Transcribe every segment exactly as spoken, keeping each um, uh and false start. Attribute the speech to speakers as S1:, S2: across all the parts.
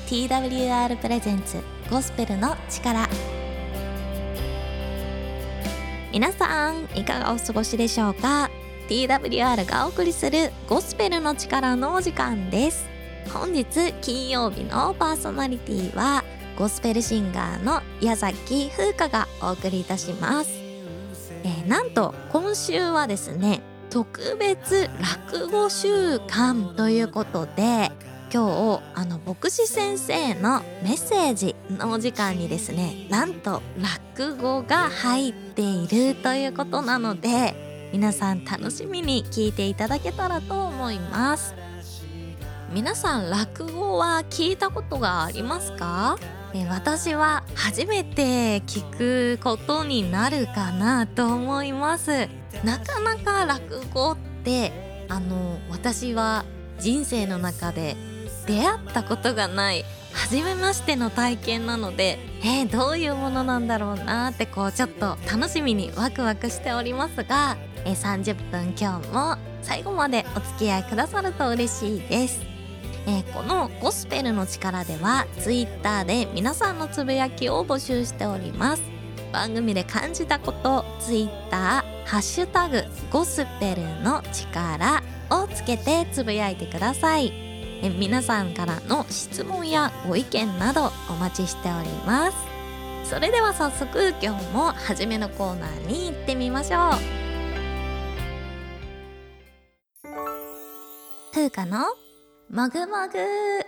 S1: ティーダブリューアール プレゼンツゴスペルの力。皆さんいかがお過ごしでしょうか。 ティーダブリューアール がお送りするゴスペルの力のお時間です。本日金曜日のパーソナリティはゴスペルシンガーの矢崎風花がお送りいたします。えー、なんと今週はですね、特別落語週間ということで、今日あの牧師先生のメッセージのお時間にですね、なんと落語が入っているということなので、皆さん楽しみに聞いていただけたらと思います。皆さん落語は聞いたことがありますか？え私は初めて聞くことになるかなと思います。なかなか落語ってあの私は人生の中で出会ったことがない初めましての体験なので、えー、どういうものなんだろうなってこうちょっと楽しみにワクワクしておりますが、えー、さんじゅっぷん今日も最後までお付き合いくださると嬉しいです。えー、このゴスペルの力ではツイッターで皆さんのつぶやきを募集しております。番組で感じたこと、ツイッターハッシュタグゴスペルの力をつけてつぶやいてください。え皆さんからの質問やご意見などお待ちしております。それでは早速今日も初めのコーナーに行ってみましょう。風花のもぐもぐ。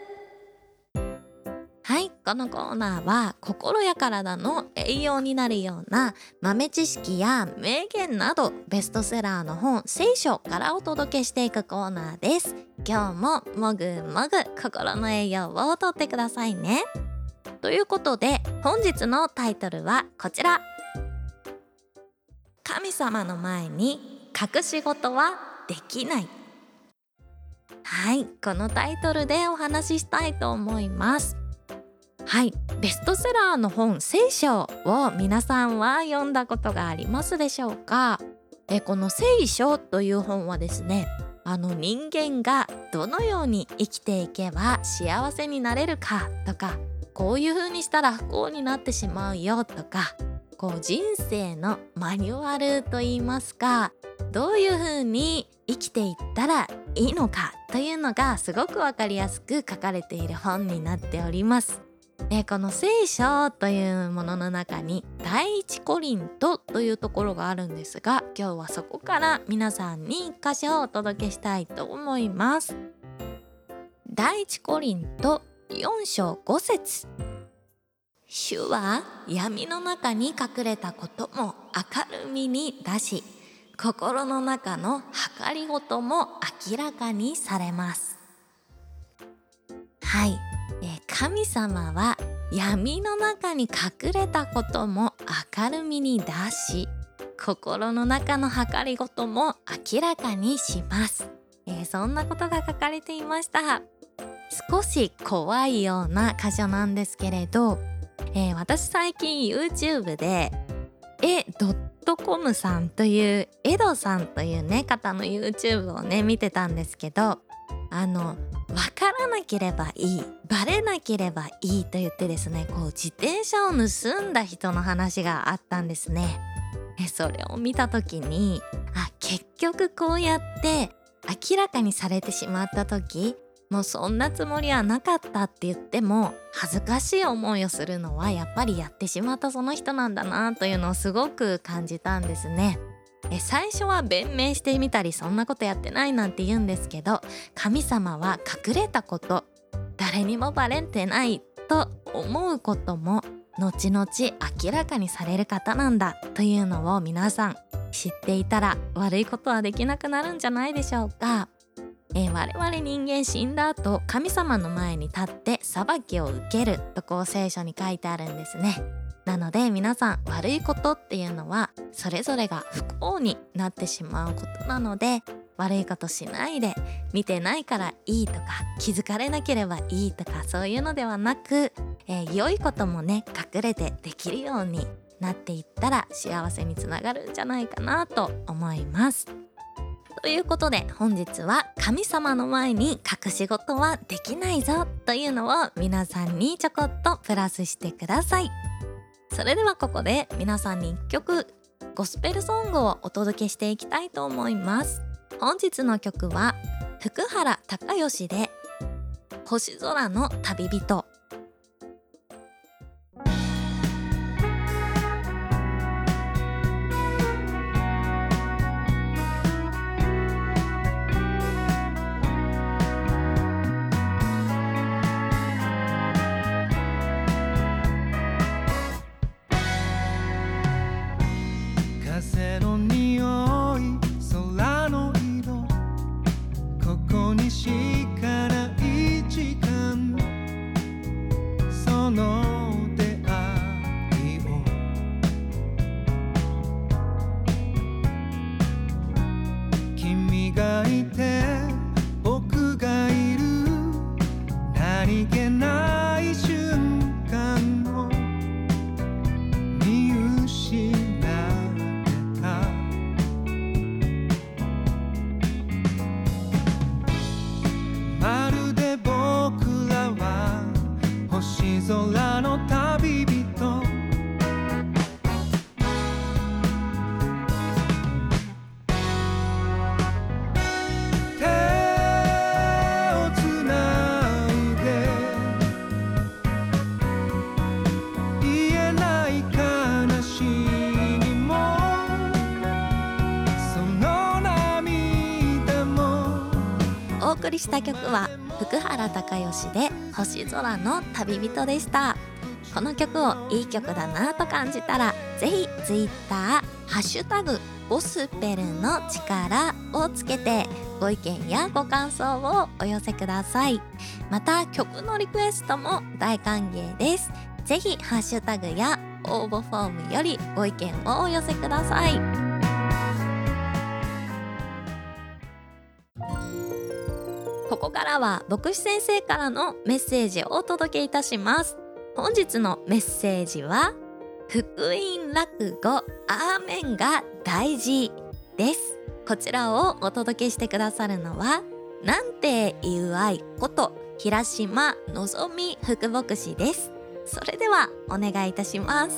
S1: はい、このコーナーは心や体の栄養になるような豆知識や名言などベストセラーの本聖書からお届けしていくコーナーです。今日ももぐもぐ心の栄養をとってくださいね。ということで本日のタイトルはこちら。神様の前に隠し事はできない。はい、このタイトルでお話ししたいと思います。はい、ベストセラーの本聖書を皆さんは読んだことがありますでしょうか？えこの聖書という本はですね、あの人間がどのように生きていけば幸せになれるかとか、こういう風にしたら不幸になってしまうよとか、こう人生のマニュアルといいますか、どういう風に生きていったらいいのかというのがすごくわかりやすく書かれている本になっております。えこの聖書というものの中に第一コリントというところがあるんですが、今日はそこから皆さんに一箇所をお届けしたいと思います。第一コリントよん章ご節。主は闇の中に隠れたことも明るみに出し、心の中の計りごとも明らかにされます。はい、えー、神様は闇の中に隠れたことも明るみに出し、心の中の計りごとも明らかにします。えー、そんなことが書かれていました。少し怖いような箇所なんですけれど、えー、私最近 YouTube でえ .com さんというエドさんというね方の YouTube をね見てたんですけど、あの分からなければいい、バレなければいいと言ってですね、こう自転車を盗んだ人の話があったんですね。えそれを見た時に、あ結局こうやって明らかにされてしまった時、もうそんなつもりはなかったって言っても恥ずかしい思いをするのはやっぱりやってしまったその人なんだなというのをすごく感じたんですね。え最初は弁明してみたりそんなことやってないなんて言うんですけど、神様は隠れたこと、誰にもバレてないと思うことも後々明らかにされる方なんだというのを皆さん知っていたら悪いことはできなくなるんじゃないでしょうか。えー、我々人間死んだ後神様の前に立って裁きを受けるとこう聖書に書いてあるんですね。なので皆さん悪いことっていうのはそれぞれが不幸になってしまうことなので、悪いことしないで見てないからいいとか気づかれなければいいとかそういうのではなく、えー、良いこともね隠れてできるようになっていったら幸せにつながるんじゃないかなと思います。 ということで本日は神様の前に隠し事はできないぞというのを皆さんにちょこっとプラスしてください。それではここで皆さんにいっきょくゴスペルソングをお届けしていきたいと思います。本日の曲は福原孝義で星空の旅人。
S2: 風の匂い、空の色、ここにしかない時間、その出会いを君がいて僕がいる、何気ない瞬間を見失うまるで僕らは星空の旅人、手をつないで言えない悲しみも、その涙も。
S1: お送りした曲は福原孝義で星空の旅人でした。この曲をいい曲だなと感じたらぜひ Twitter ハッシュタグゴスペルの力をつけてご意見やご感想をお寄せください。また曲のリクエストも大歓迎です。ぜひハッシュタグや応募フォームよりご意見をお寄せください。ここからは牧師先生からのメッセージをお届けいたします。本日のメッセージは福音落語アーメンが大事です。こちらをお届けしてくださるのはなんていうあいこと平島のぞみ副牧師です。それではお願いいたします。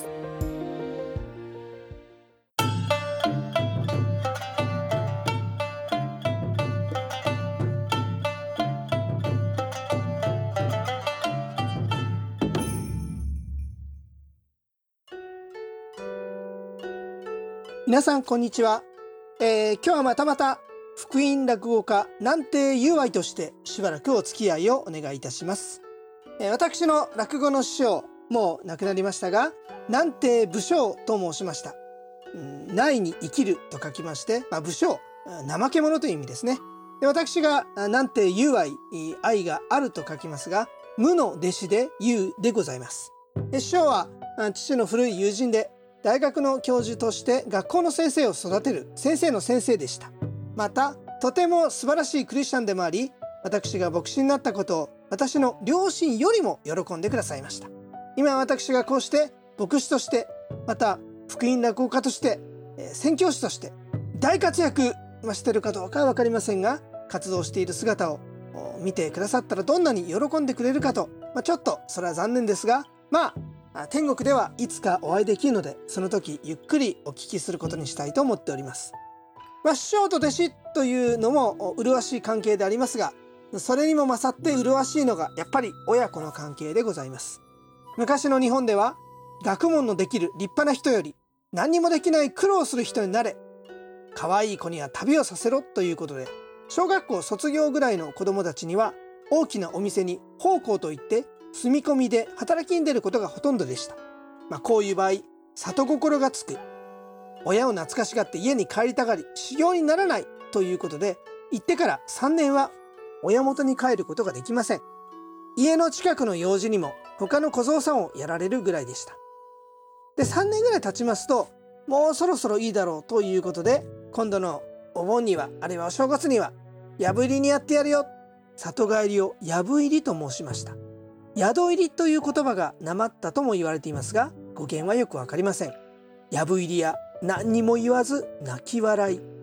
S3: 皆さんこんにちは、えー、今日はまたまた福音落語家南亭友愛としてしばらくお付き合いをお願いいたします。えー、私の落語の師匠もう亡くなりましたが南亭武将と申しました。うん、内に生きると書きまして、まあ、武将怠け者という意味ですね。で私が南亭友愛、愛があると書きますが無の弟子で友でございます。で師匠は父の古い友人で大学の教授として学校の先生を育てる先生の先生でした。またとても素晴らしいクリスチャンでもあり、私が牧師になったことを私の両親よりも喜んでくださいました。今私がこうして牧師として、また福音落語家として、宣教師として大活躍しているかどうかは分かりませんが、活動している姿を見てくださったらどんなに喜んでくれるかと、まあ、ちょっとそれは残念ですが、まあ天国ではいつかお会いできるので、その時ゆっくりお聞きすることにしたいと思っております。まあ、師匠と弟子というのも麗しい関係でありますが、それにも勝って麗しいのがやっぱり親子の関係でございます。昔の日本では学問のできる立派な人より何にもできない苦労する人になれ、可愛い子には旅をさせろということで、小学校卒業ぐらいの子供たちには大きなお店に奉公といって住み込みで働きに出ることがほとんどでした。まあ、こういう場合、里心がつく、親を懐かしがって家に帰りたがり修行にならないということで、行ってからさんねんは親元に帰ることができません。家の近くの用事にも他の小僧さんをやられるぐらいでした。でさんねんぐらい経ちますと、もうそろそろいいだろうということで、今度のお盆にはあるいはお正月には藪入りにやってやるよ、里帰りを藪入りと申しました。宿入りという言葉がなまったとも言われていますが、語源はよくわかりません。藪入りや何にも言わず泣き笑い、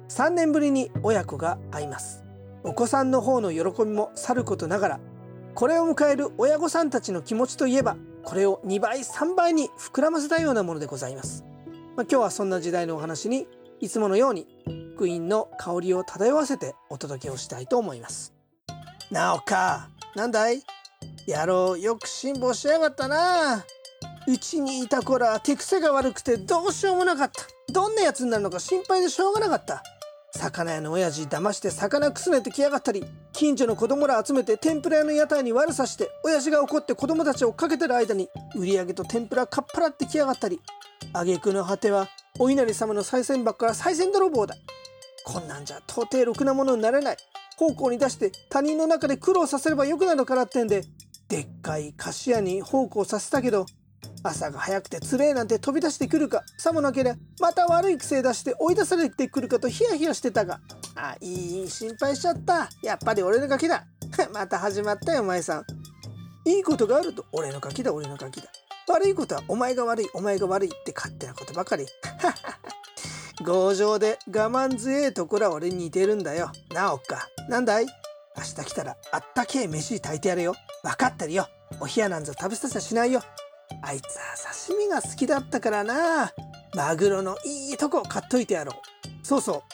S3: さんねんぶりに親子が会います。お子さんの方の喜びもさることながら、これを迎える親御さんたちの気持ちといえば、これをにばいさんばいに膨らませたようなものでございます。まあ、今日はそんな時代のお話に、いつものように福音の香りを漂わせてお届けをしたいと思います。なおか、なんだい？野郎よく辛抱しやがったな。うちにいた頃は手癖が悪くてどうしようもなかった。どんなやつになるのか心配でしょうがなかった。魚屋の親父騙して魚くすねてきやがったり、近所の子供ら集めて天ぷら屋の屋台に悪さして親父が怒って子供たちをかけてる間に売り上げと天ぷらかっぱらってきやがったり、挙句の果てはお稲荷様の賽銭箱から賽銭泥棒だ。こんなんじゃ到底ろくなものになれない。奉公に出して他人の中で苦労させればよくなるのからってんで、でっかい菓子屋に奉公させたけど、朝が早くてつれえなんて飛び出してくるか、さもなけりゃまた悪い癖出して追い出されてくるかとヒヤヒヤしてたが、あ、いい心配しちゃった。やっぱり俺のガキだ。また始まったよお前さん。いいことがあると俺のガキだ俺のガキだ。悪いことはお前が悪いお前が悪いって勝手なことばかり。強情で我慢強えところは俺に似てるんだよ。なおっか、なんだい？明日来たらあったけえ飯炊いてやるよ。分かってるよ。お冷やなんぞ食べさせやしないよ。あいつは刺身が好きだったからな。マグロのいいとこ買っといてやろう。そうそう、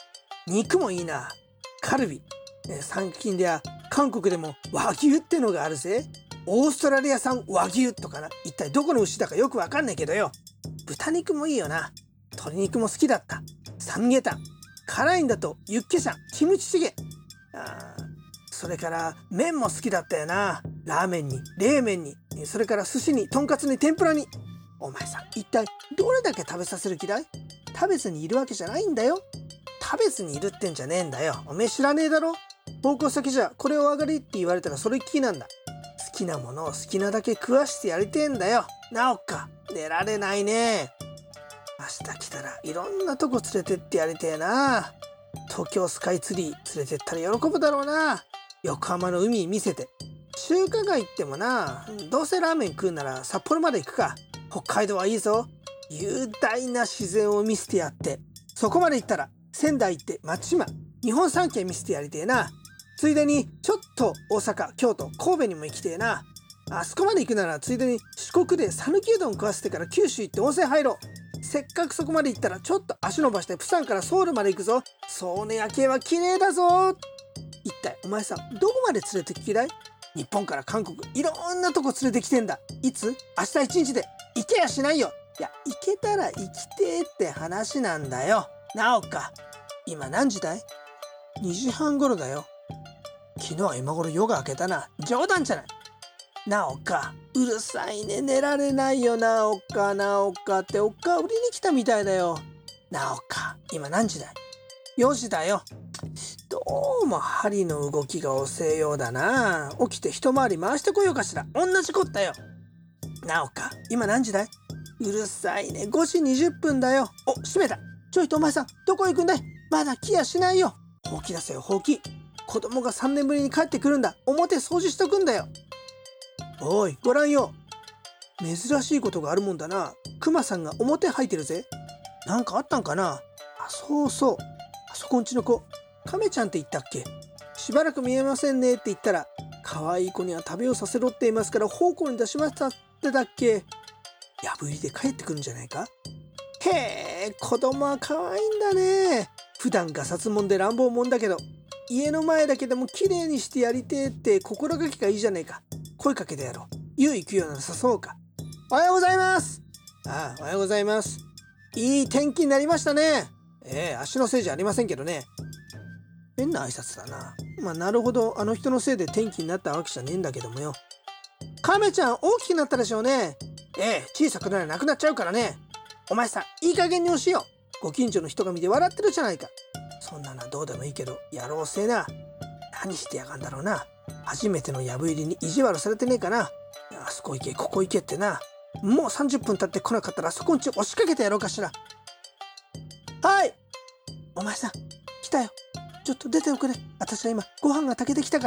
S3: 肉もいいな。カルビ、最近では韓国でも和牛ってのがあるぜ。オーストラリア産和牛とかな。一体どこの牛だかよくわかんないけどよ。豚肉もいいよな。鶏肉も好きだった。サムゲタン、辛いんだとユッケジャン、キムチチゲ。あー、それから麺も好きだったよな。ラーメンに冷麺に、それから寿司にとんかつに天ぷらに。お前さん一体どれだけ食べさせる気だい？食べずにいるわけじゃないんだよ。食べずにいるってんじゃねえんだよ。おめえ知らねえだろ。奉公先じゃこれをあがりって言われたらそれっきりなんだ。好きなものを好きなだけ食わしてやりてえんだよ。なおっか、寝られないね。明日来たらいろんなとこ連れてってやりてえな。東京スカイツリー連れてったら喜ぶだろうな。横浜の海見せて。中華街行ってもな、どうせラーメン食うなら札幌まで行くか。北海道はいいぞ。雄大な自然を見せてやって、そこまで行ったら仙台行って松島、日本三景見せてやりてえな。ついでにちょっと大阪、京都、神戸にも行きてえな。あそこまで行くならついでに四国で讃岐うどん食わせてから九州行って温泉入ろう。せっかくそこまで行ったらちょっと足伸ばしてプサンからソウルまで行くぞ。その夜景は綺麗だぞ。一体お前さんどこまで連れてききだい？日本から韓国いろんなとこ連れてきてんだ。いつ？明日一日で行けやしないよ。いや、行けたら行きてーって話なんだよ。なおか、今何時だい？にじはん頃だよ。昨日は今頃夜が明けたな。冗談じゃない。なおか、うるさいね。寝られないよ。なおか、なおかっておっか売りに来たみたいだよ。なおか、今何時だい？よじだよ。どうも針の動きが遅えようだな。起きて一回り回してこようかしら。同じこったよ。なおか、今何時だい？うるさいね。ごじにじゅっぷんだよ。お、閉めた。ちょいとお前さん、どこ行くんだい？まだ来やしないよ。ほうき出せよ、ほうき。子供がさんねんぶりに帰ってくるんだ。表掃除しとくんだよ。おい、ごらんよ。珍しいことがあるもんだな。クマさんが表入ってるぜ。なんかあったんかな。あ、そうそう。あそこんちの子、亀ちゃんって言ったっけ？しばらく見えませんねって言ったら、可愛い子には食べをさせろって言いますから奉公に出しましたってだっけ？やぶ入りで帰ってくるんじゃないか？へえ、子供は可愛いんだね。普段ガサツもんで乱暴もんだけど、家の前だけでも綺麗にしてやりてえって心がけがいいじゃねえか。声かけてやろう。ゆう行くようなさそうか。おはようございます。ああ、おはようございます。いい天気になりましたね。ええ、足のせいじゃありませんけどね。変な挨拶だな。まあなるほど、あの人のせいで天気になったわけじゃねえんだけどもよ。亀ちゃん大きくなったでしょうね。ええ、小さくならなくなっちゃうからね。お前さ、いい加減に教えよう。ご近所の人が見て笑ってるじゃないか。そんなのはどうでもいいけど、野郎せえな。何してやがんだろうな。初めてのやぶ入りに意地悪されてねえかな。あそこ行けここ行けってな。もうさんじゅっぷん経ってこなかったらそこんち押しかけてやろうかしら。はい、お前さん来たよ。ちょっと出ておくれ。私は今ご飯が炊けてきたから。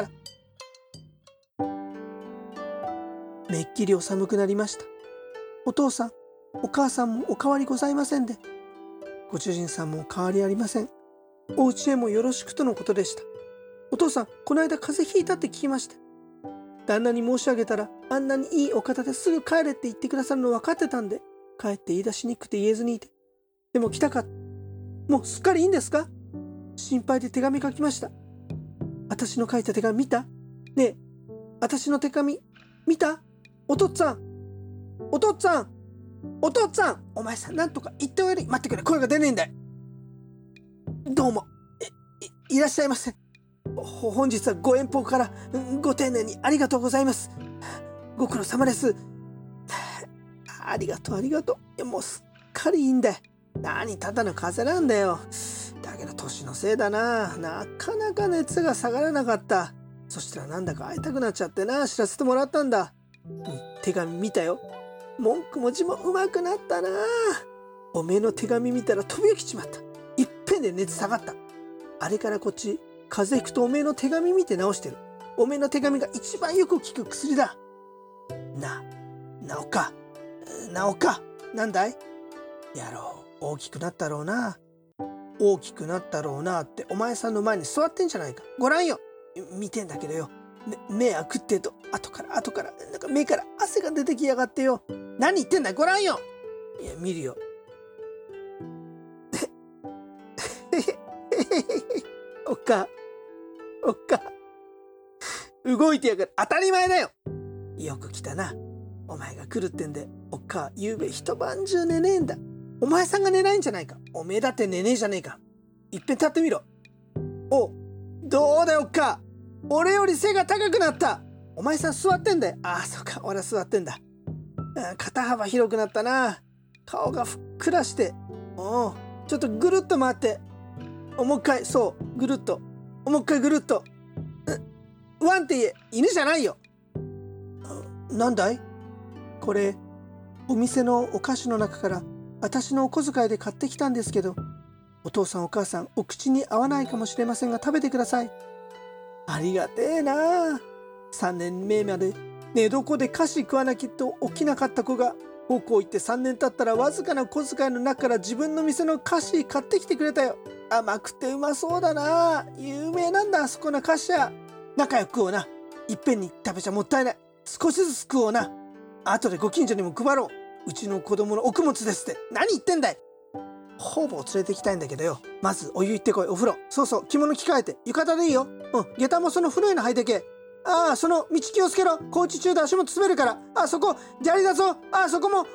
S3: めっきりお寒くなりました。お父さんお母さんもお変わりございませんで、ご主人さんもお変わりありません。 お家へもよろしくとのことでした。お父さん、この間風邪ひいたって聞きました。旦那に申し上げたら、あんなにいいお方ですぐ帰れって言ってくださるの分かってたんで、帰って言い出しにくくて言えずにいて。でも来たかった。もうすっかりいいんですか？心配で手紙書きました。私の書いた手紙見た？ねえ、私の手紙見た？お父っつぁん、お父っつぁん、お父っつぁん、お前さんなんとか言っておやり。待ってくれ、声が出ねえんだよ。どうも、い、いらっしゃいませ。ほ本日はご遠方からご丁寧にありがとうございます。ご苦労様です。ありがとうありがとう。いやもうすっかりいいんだよ。何ただの風邪なんだよ。だけど年のせいだな。なかなか熱が下がらなかった。そしたらなんだか会いたくなっちゃってな、知らせてもらったんだ。うん、手紙見たよ。文句も字もうまくなったな。おめえの手紙見たら飛び起きちまった。いっぺんで熱下がった。あれからこっち風邪ひくとおめえの手紙見て治してる。おめえの手紙が一番よく効く薬だ。な、なおか、なおか、なんだい？やろう、大きくなったろうな。大きくなったろうなってお前さんの前に座ってんじゃないか。ご覧よ。見てんだけどよ。目開くってと、後から後から、なんか目から汗が出てきやがってよ。何言ってんだ、ご覧よ。いや、見るよ。おっか、おっか。動いてやがる。当たり前だよ。よく来たな。お前が来るってんで、おっか、ゆうべ一晩中寝ねえんだ。お前さんが寝ないんじゃないか。おめえだって寝ねえじゃねえか。いっぺん立ってみろ。お、どうだよ、おっか。俺より背が高くなった。お前さん座ってんだよ。ああ、そっか、俺は座ってんだ。肩幅広くなったな。顔がふっくらして。おう、ちょっとぐるっと回って。もう一回、そう、ぐるっと。もう一回ぐるっと。ワンって言え、犬じゃないよ。なんだい？これ、お店のお菓子の中から私のお小遣いで買ってきたんですけど、お父さんお母さんお口に合わないかもしれませんが食べてください。ありがてえな。さんねんめまで寝床で菓子食わなきゃと起きなかった子が、高校行ってさんねん経ったらわずかな小遣いの中から自分の店の菓子買ってきてくれたよ。甘くてうまそうだな。有名なんだ、あそこの菓子屋。仲良く食おうな。いっぺんに食べちゃもったいない。少しずつ食おうな。後でご近所にも配ろう。うちの子供のお物ですって。何言ってんだい。ほぼ連れてきたいんだけどよ。まずお湯行ってこい。お風呂。そうそう、着物着替えて。浴衣でいいよ。うん、下駄もその古いの履いてけ。ああ、その道気をつけろ。工事中で足元滑るから。あ、そこ砂利だぞ。あ、そこも。あ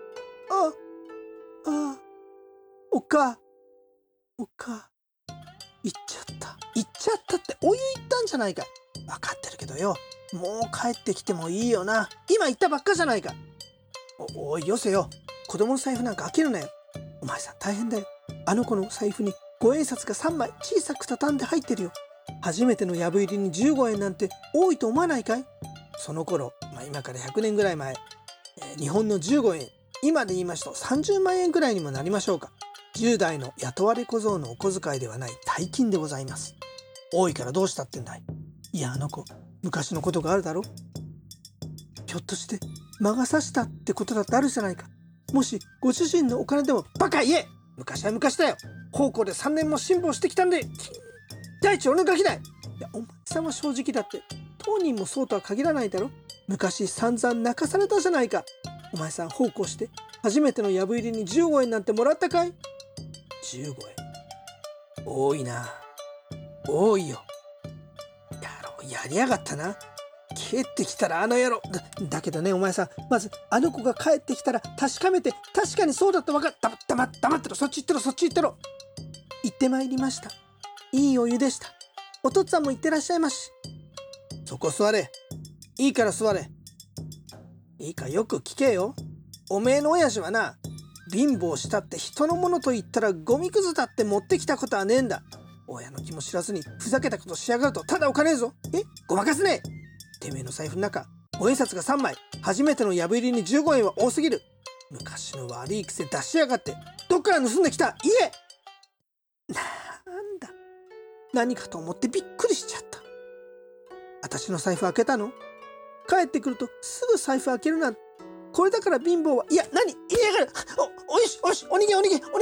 S3: あ、おっか、おっか、行っちゃった。行っちゃったってお湯行ったんじゃないか。分かってるけどよ。もう帰ってきてもいいよな。今行ったばっかじゃないか。お、おいよせよ。子供の財布なんか開けるなよ。お前さん大変だよ。あの子の財布にごえん札がさんまい小さく畳んで入ってるよ。初めての藪入りにじゅうごえんなんて多いと思わないかい？その頃、まあ、今からひゃくねんぐらい前、えー、日本のじゅうごえん、今で言いますとさんじゅうまんえんぐらいにもなりましょうか。じゅう代の雇われ小僧のお小遣いではない大金でございます。多いからどうしたってんだい。いや、あの子昔のことがあるだろ。ひょっとして魔が差したってことだってあるじゃないか。もしご主人のお金でも。バカ言え。昔は昔だよ。奉公でさんねんも辛抱してきたんで第一俺のガキだい。いや、お前さんは正直だって当人もそうとは限らないだろ。昔散々泣かされたじゃないか。お前さん奉公して初めての藪入りにじゅうごえんなんてもらったかい？じゅうごえん多いな。多いよ。やろう、やりやがったな。帰ってきたらあの野郎 だ, だけどね、お前さんまずあの子が帰ってきたら確かめて、確かにそうだと分かった。黙って黙ってろ。そっち行ってろ、そっち行ってろ。行ってまいりました。いいお湯でした。お父っつぁんも行ってらっしゃいまし。そこ座れ。いいから座れ。いいかよく聞けよ。おめえの親父はな、貧乏したって人のものと言ったらゴミくずだって持ってきたことはねえんだ。親の気も知らずにふざけたことしやがるとただおかねえぞ。え、ごまかすねえ。てめえの財布の中ごえん札がさんまい、初めての藪入りにじゅうごえんは多すぎる。昔の悪い癖出しやがって。どっから盗んできた？言え。なんだ、何かと思ってびっくりしちゃった。私の財布開けたの？帰ってくるとすぐ財布開けるなんて。これだから貧乏は。いや、何言いやがる。お、およしおよし、おにげおにげおにげ。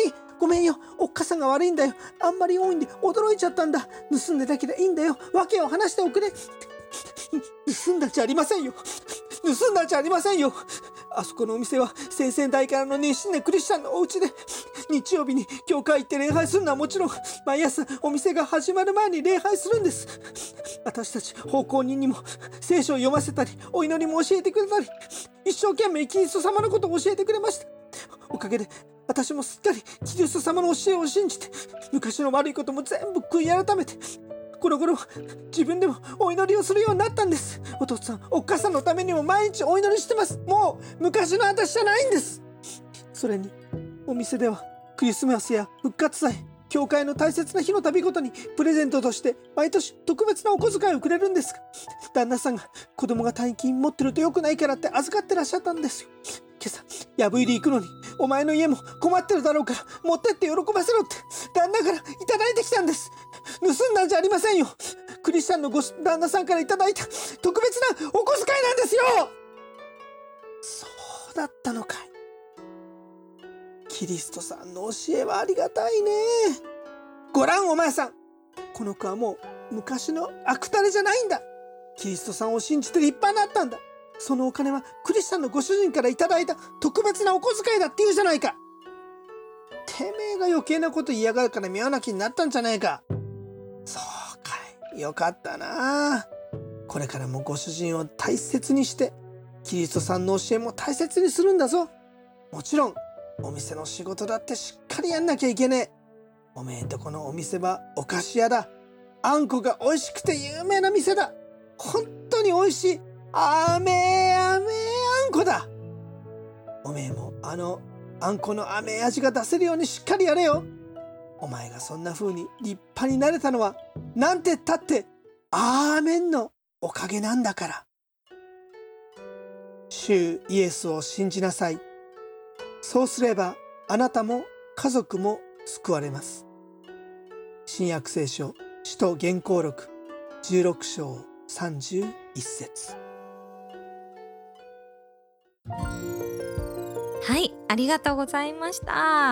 S3: ごめんよ、おっかさんが悪いんだよ。あんまり多いんで驚いちゃったんだ。盗んでだけでいいんだよ。訳を話しておくれ。盗んだんじゃありませんよ。盗んだんじゃありませんよ。あそこのお店は先々代からの熱心なクリスチャンのお家で、日曜日に教会行って礼拝するのはもちろん、毎朝お店が始まる前に礼拝するんです。私たち奉公人にも聖書を読ませたり、お祈りも教えてくれたり、一生懸命キリスト様のことを教えてくれました。おかげで私もすっかりキリスト様の教えを信じて、昔の悪いことも全部悔い改めて、この頃自分でもお祈りをするようになったんです。お父さん、お母さんのためにも毎日お祈りしてます。もう昔の私じゃないんです。それにお店ではクリスマスや復活祭、教会の大切な日のたびごとにプレゼントとして毎年特別なお小遣いをくれるんですが、旦那さんが子供が大金持ってると良くないからって預かってらっしゃったんですよ。今朝やぶ入り行くのに、お前の家も困ってるだろうから持ってって喜ばせろって旦那からいただいてきたんです。盗んだんじゃありませんよ。クリスチャンのご旦那さんからいただいた特別なお小遣いなんですよ。そうだったのかい。キリストさんの教えはありがたいね。ごらんお前さん、この子はもう昔の悪たれじゃないんだ。キリストさんを信じて立派になったんだ。そのお金はクリスチャンのご主人からいただいた特別なお小遣いだって言うじゃないか。てめえが余計なこと言いやがるから見なきになったんじゃないか。そうかい、よかったな。これからもご主人を大切にして、キリストさんの教えも大切にするんだぞ。もちろんお店の仕事だってしっかりやんなきゃいけねえ。おめえんとこのお店はお菓子屋だ。あんこが美味しくて有名な店だ。本当に美味しいあめあめあんこだ。おめえもあのあんこの甘い味が出せるようにしっかりやれよ。お前がそんな風に立派になれたのは、なんてったってアーメンのおかげなんだから。主イエスを信じなさい。そうすればあなたも家族も救われます。新約聖書使徒言行録じゅうろく章さんじゅういち節。
S1: はい、ありがとうございました。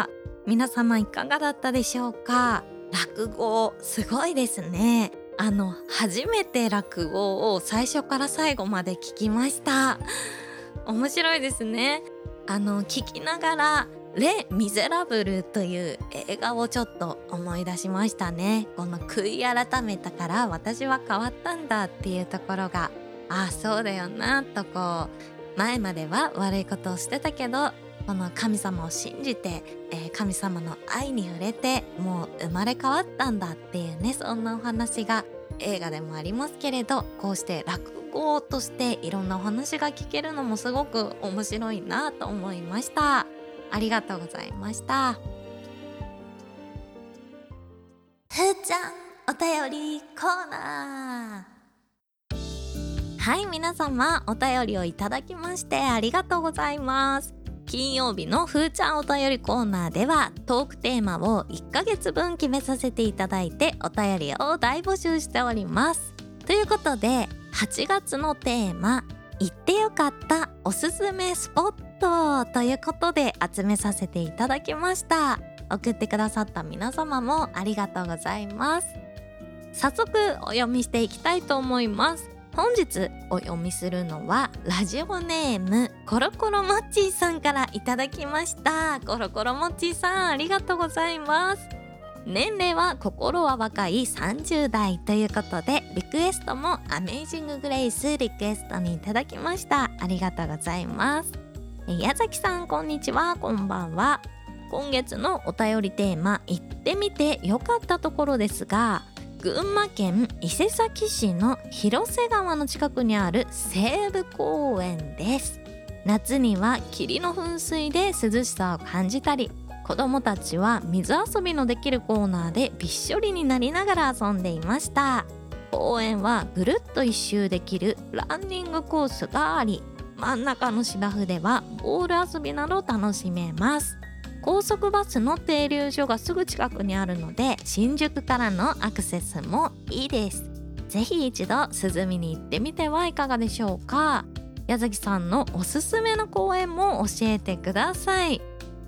S1: 皆様いかがだったでしょうか。落語すごいですね。あの初めて落語を最初から最後まで聞きました。面白いですね。あの聞きながらレ・ミゼラブルという映画をちょっと思い出しましたね。この悔い改めたから私は変わったんだっていうところが、ああそうだよなと、こう前までは悪いことをしてたけど、この神様を信じて、えー、神様の愛に触れてもう生まれ変わったんだっていうね、そんなお話が映画でもありますけれど、こうして落語としていろんなお話が聞けるのもすごく面白いなと思いました。ありがとうございました。ふーちゃんお便りコーナー。はい、皆様お便りをいただきましてありがとうございます。金曜日のふーちゃんお便りコーナーではトークテーマをいっかげつぶん決めさせていただいてお便りを大募集しております。ということではちがつのテーマ、行ってよかったおすすめスポットということで集めさせていただきました。送ってくださった皆様もありがとうございます。早速お読みしていきたいと思います。本日お読みするのはラジオネームコロコロモッチーさんからいただきました。コロコロモッチーさんありがとうございます。年齢は心は若いさんじゅうだいということで、リクエストもアメイジンググレイスリクエストにいただきました。ありがとうございます。矢崎さんこんにちは、こんばんは。今月のお便りテーマ、行ってみてよかったところですが、群馬県伊勢崎市の広瀬川の近くにある西武公園です。夏には霧の噴水で涼しさを感じたり、子どもたちは水遊びのできるコーナーでびっしょりになりながら遊んでいました。公園はぐるっと一周できるランニングコースがあり、真ん中の芝生ではボール遊びなど楽しめます。高速バスの停留所がすぐ近くにあるので、新宿からのアクセスもいいです。ぜひ一度涼みに行ってみてはいかがでしょうか。矢崎さんのおすすめの公園も教えてください。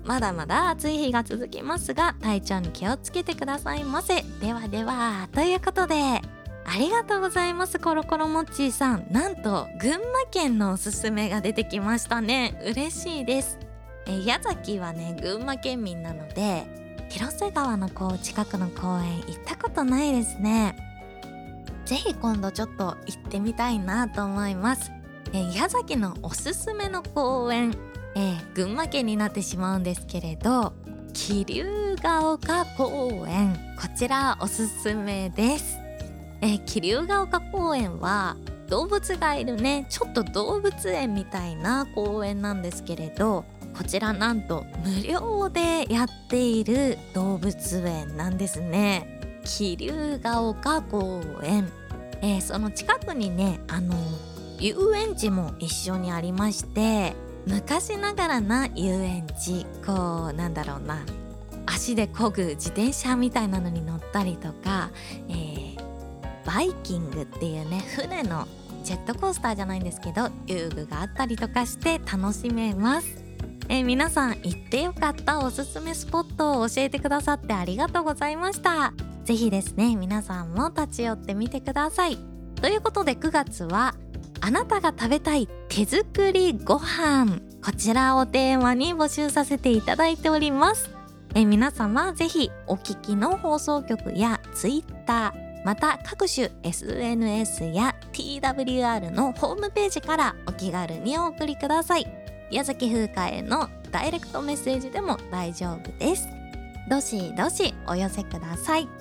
S1: まだまだ暑い日が続きますが、体調に気をつけてくださいませ。ではでは、ということでありがとうございます。コロコロモッチーさん、なんと群馬県のおすすめが出てきましたね。嬉しいです。え矢崎はね、群馬県民なので、広瀬川のこう近くの公園行ったことないですね。ぜひ今度ちょっと行ってみたいなと思います。え矢崎のおすすめの公園、えー、群馬県になってしまうんですけれど、桐生が丘公園、こちらおすすめです。えー、桐生が丘公園は動物がいるね、ちょっと動物園みたいな公園なんですけれど、こちらなんと無料でやっている動物園なんですね。桐生が丘公園、えー、その近くにね、あの遊園地も一緒にありまして、昔ながらな遊園地、こうなんだろうな、足で漕ぐ自転車みたいなのに乗ったりとか、えー、バイキングっていうね、船のジェットコースターじゃないんですけど、遊具があったりとかして楽しめます。えー、皆さん行ってよかったおすすめスポットを教えてくださってありがとうございました。ぜひですね、皆さんも立ち寄ってみてください。ということでくがつはあなたが食べたい手作りご飯、こちらをテーマに募集させていただいております。え皆様ぜひお聞きの放送局やツイッター、また各種 エスエヌエス や ティーダブリューアール のホームページからお気軽にお送りください。矢崎風花へのダイレクトメッセージでも大丈夫です。どしどしお寄せください。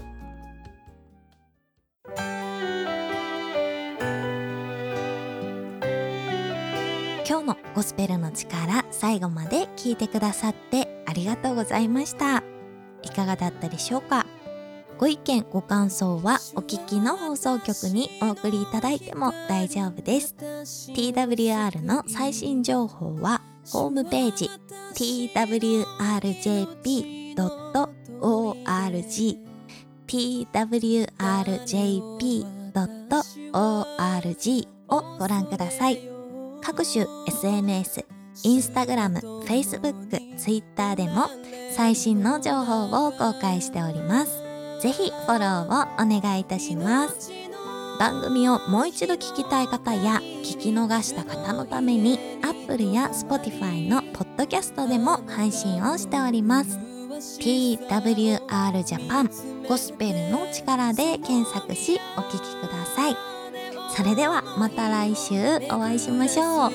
S1: 今日のゴスペルの力、最後まで聞いてくださってありがとうございました。いかがだったでしょうか。ご意見ご感想はお聞きの放送局にお送りいただいても大丈夫です。 ティーダブリューアール の最新情報はホームページ ティーダブリューアールジェーピードットオーアールジー ティーダブリューアールジェーピードットオーアールジー をご覧ください。各種 エスエヌエス、インスタグラム、フェイスブック、ツイッターでも最新の情報を公開しております。ぜひフォローをお願いいたします。番組をもう一度聞きたい方や聞き逃した方のために Apple や Spotify のポッドキャストでも配信をしております。 ティーダブリューアール ジャパンゴスペルの力で検索しお聞きください。それではまた来週お会いしましょう。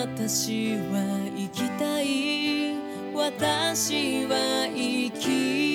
S1: 私は生きたい、私は生き